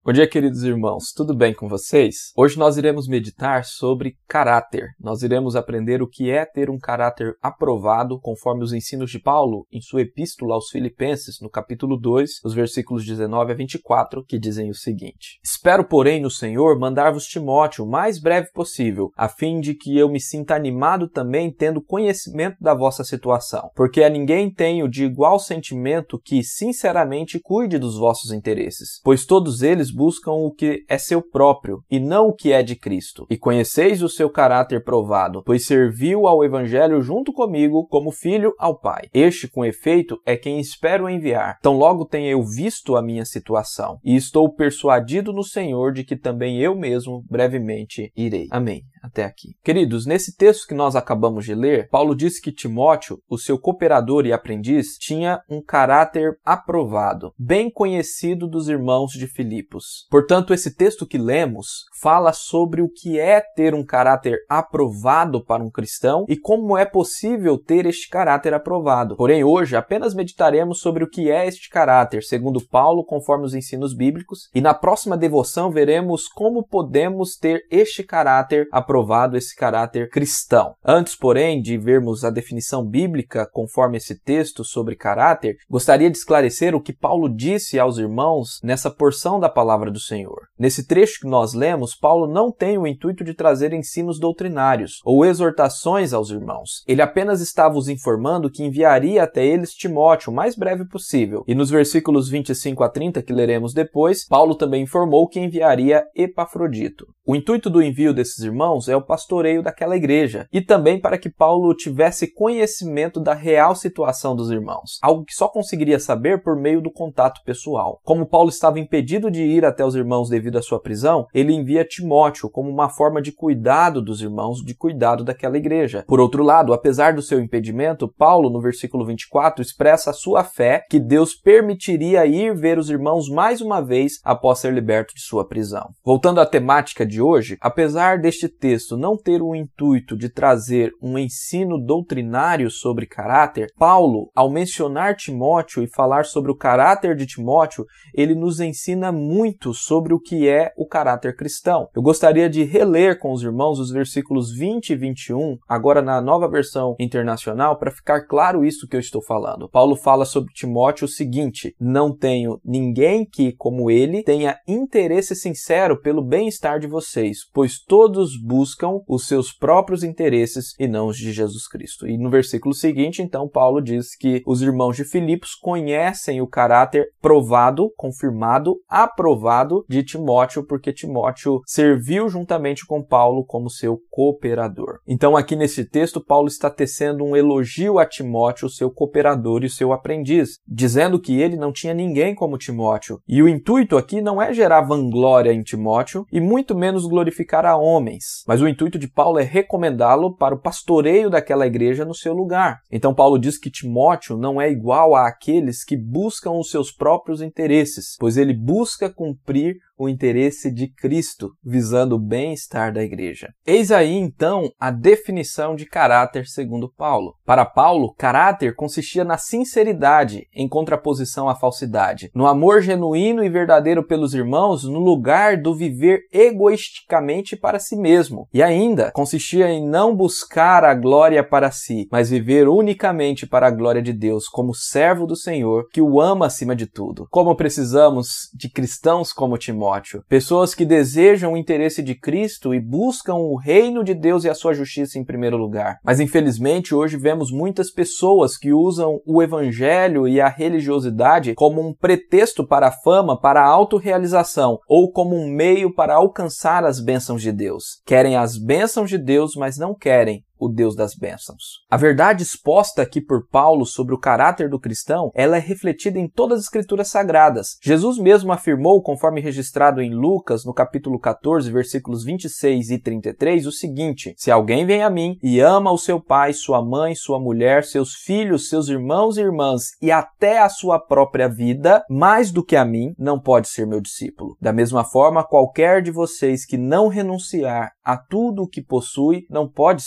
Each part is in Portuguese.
Bom dia, queridos irmãos, tudo bem com vocês? Hoje nós iremos meditar sobre caráter. Nós iremos aprender o que é ter um caráter aprovado, conforme os ensinos de Paulo em sua epístola aos Filipenses, no capítulo 2, os versículos 19 a 24, que dizem o seguinte: Espero, porém, no Senhor mandar-vos Timóteo o mais breve possível, a fim de que eu me sinta animado também tendo conhecimento da vossa situação, porque a ninguém tenho de igual sentimento que, sinceramente, cuide dos vossos interesses, pois todos eles buscam o que é seu próprio, e não o que é de Cristo. E conheceis o seu caráter provado, pois serviu ao Evangelho junto comigo como filho ao Pai. Este, com efeito, é quem espero enviar. Tão logo tenha eu visto a minha situação, e estou persuadido no Senhor de que também eu mesmo brevemente irei. Amém. Até aqui. Queridos, nesse texto que nós acabamos de ler, Paulo disse que Timóteo, o seu cooperador e aprendiz, tinha um caráter aprovado, bem conhecido dos irmãos de Filipos. Portanto, esse texto que lemos fala sobre o que é ter um caráter aprovado para um cristão e como é possível ter este caráter aprovado. Porém, hoje apenas meditaremos sobre o que é este caráter, segundo Paulo, conforme os ensinos bíblicos, e na próxima devoção veremos como podemos ter este caráter aprovado, esse caráter cristão. Antes, porém, de vermos a definição bíblica conforme esse texto sobre caráter, gostaria de esclarecer o que Paulo disse aos irmãos nessa porção da palavra do Senhor. Nesse trecho que nós lemos, Paulo não tem o intuito de trazer ensinos doutrinários ou exortações aos irmãos. Ele apenas estava os informando que enviaria até eles Timóteo o mais breve possível. E nos versículos 25 a 30, que leremos depois, Paulo também informou que enviaria Epafrodito. O intuito do envio desses irmãos é o pastoreio daquela igreja, e também para que Paulo tivesse conhecimento da real situação dos irmãos, algo que só conseguiria saber por meio do contato pessoal. Como Paulo estava impedido de ir até os irmãos devido à sua prisão, ele envia Timóteo como uma forma de cuidado dos irmãos, de cuidado daquela igreja. Por outro lado, apesar do seu impedimento, Paulo, no versículo 24, expressa a sua fé que Deus permitiria ir ver os irmãos mais uma vez após ser liberto de sua prisão. Voltando à temática de hoje, apesar deste texto não ter o intuito de trazer um ensino doutrinário sobre caráter, Paulo, ao mencionar Timóteo e falar sobre o caráter de Timóteo, ele nos ensina muito sobre o que é o caráter cristão. Eu gostaria de reler com os irmãos os versículos 20 e 21, agora na Nova Versão Internacional, para ficar claro isso que eu estou falando. Paulo fala sobre Timóteo o seguinte: não tenho ninguém que, como ele, tenha interesse sincero pelo bem-estar de vocês, pois todos buscam os seus próprios interesses e não os de Jesus Cristo. E no versículo seguinte, então, Paulo diz que os irmãos de Filipos conhecem o caráter provado, confirmado, aprovado de Timóteo, porque Timóteo serviu juntamente com Paulo como seu cooperador. Então, aqui nesse texto, Paulo está tecendo um elogio a Timóteo, seu cooperador e seu aprendiz, dizendo que ele não tinha ninguém como Timóteo. E o intuito aqui não é gerar vanglória em Timóteo e muito menos glorificar a homens, mas o intuito de Paulo é recomendá-lo para o pastoreio daquela igreja no seu lugar. Então Paulo diz que Timóteo não é igual àqueles que buscam os seus próprios interesses, pois ele busca cumprir o interesse de Cristo, visando o bem-estar da igreja. Eis aí, então, a definição de caráter segundo Paulo. Para Paulo, caráter consistia na sinceridade, em contraposição à falsidade, no amor genuíno e verdadeiro pelos irmãos, no lugar do viver egoisticamente para si mesmo. E ainda, consistia em não buscar a glória para si, mas viver unicamente para a glória de Deus, como servo do Senhor, que o ama acima de tudo. Como precisamos de cristãos como Timóteo, pessoas que desejam o interesse de Cristo e buscam o reino de Deus e a sua justiça em primeiro lugar. Mas infelizmente hoje vemos muitas pessoas que usam o evangelho e a religiosidade como um pretexto para a fama, para a autorrealização, ou como um meio para alcançar as bênçãos de Deus. Querem as bênçãos de Deus, mas não querem o Deus das bênçãos. A verdade exposta aqui por Paulo sobre o caráter do cristão, ela é refletida em todas as escrituras sagradas. Jesus mesmo afirmou, conforme registrado em Lucas, no capítulo 14, versículos 26 e 33, o seguinte: se alguém vem a mim e ama o seu pai, sua mãe, sua mulher, seus filhos, seus irmãos e irmãs e até a sua própria vida, mais do que a mim, não pode ser meu discípulo. Da mesma forma, qualquer de vocês que não renunciar a tudo o que possui, não pode ser meu discípulo.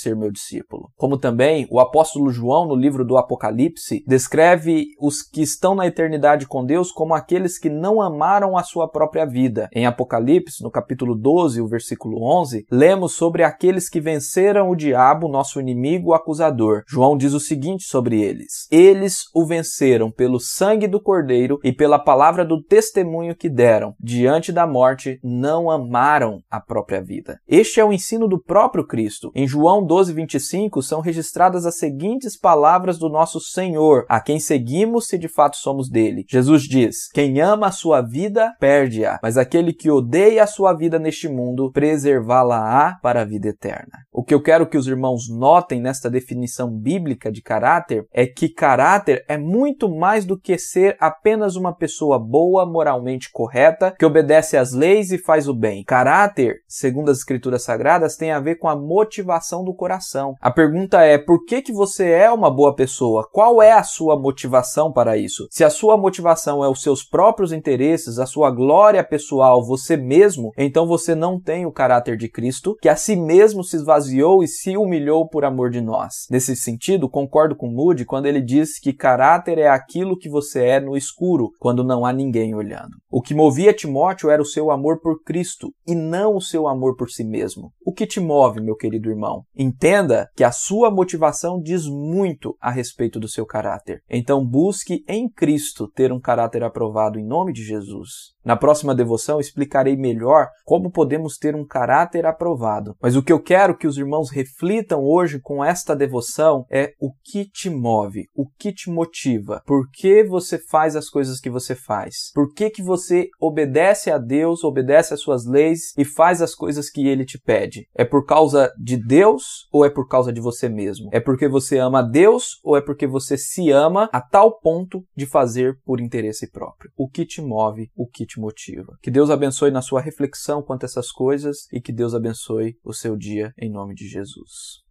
discípulo. Como também o apóstolo João, no livro do Apocalipse, descreve os que estão na eternidade com Deus como aqueles que não amaram a sua própria vida. Em Apocalipse, no capítulo 12, o versículo 11, lemos sobre aqueles que venceram o diabo, nosso inimigo, o acusador. João diz o seguinte sobre eles: eles o venceram pelo sangue do Cordeiro e pela palavra do testemunho que deram. Diante da morte, não amaram a própria vida. Este é o ensino do próprio Cristo. Em João 12, 25, são registradas as seguintes palavras do nosso Senhor, a quem seguimos se de fato somos dele. Jesus diz: quem ama a sua vida, perde-a, mas aquele que odeia a sua vida neste mundo, preservá-la-á para a vida eterna. O que eu quero que os irmãos notem nesta definição bíblica de caráter é que caráter é muito mais do que ser apenas uma pessoa boa, moralmente correta, que obedece às leis e faz o bem. Caráter, segundo as Escrituras Sagradas, tem a ver com a motivação do coração. A pergunta é: por que você é uma boa pessoa? Qual é a sua motivação para isso? Se a sua motivação é os seus próprios interesses, a sua glória pessoal, você mesmo, então você não tem o caráter de Cristo, que a si mesmo se esvaziou e se humilhou por amor de nós. Nesse sentido, concordo com Moody quando ele diz que caráter é aquilo que você é no escuro, quando não há ninguém olhando. O que movia Timóteo era o seu amor por Cristo e não o seu amor por si mesmo. O que te move, meu querido irmão? Entenda que a sua motivação diz muito a respeito do seu caráter. Então busque em Cristo ter um caráter aprovado em nome de Jesus. Na próxima devoção explicarei melhor como podemos ter um caráter aprovado. Mas o que eu quero que os irmãos reflitam hoje com esta devoção é o que te move, o que te motiva. Por que você faz as coisas que você faz? Por que você obedece a Deus, obedece às suas leis e faz as coisas que Ele te pede? É por causa de Deus ou é por causa de você mesmo? É porque você ama a Deus ou é porque você se ama a tal ponto de fazer por interesse próprio? O que te move, o que te motiva? Que Deus abençoe na sua reflexão quanto a essas coisas e que Deus abençoe o seu dia em nome de Jesus.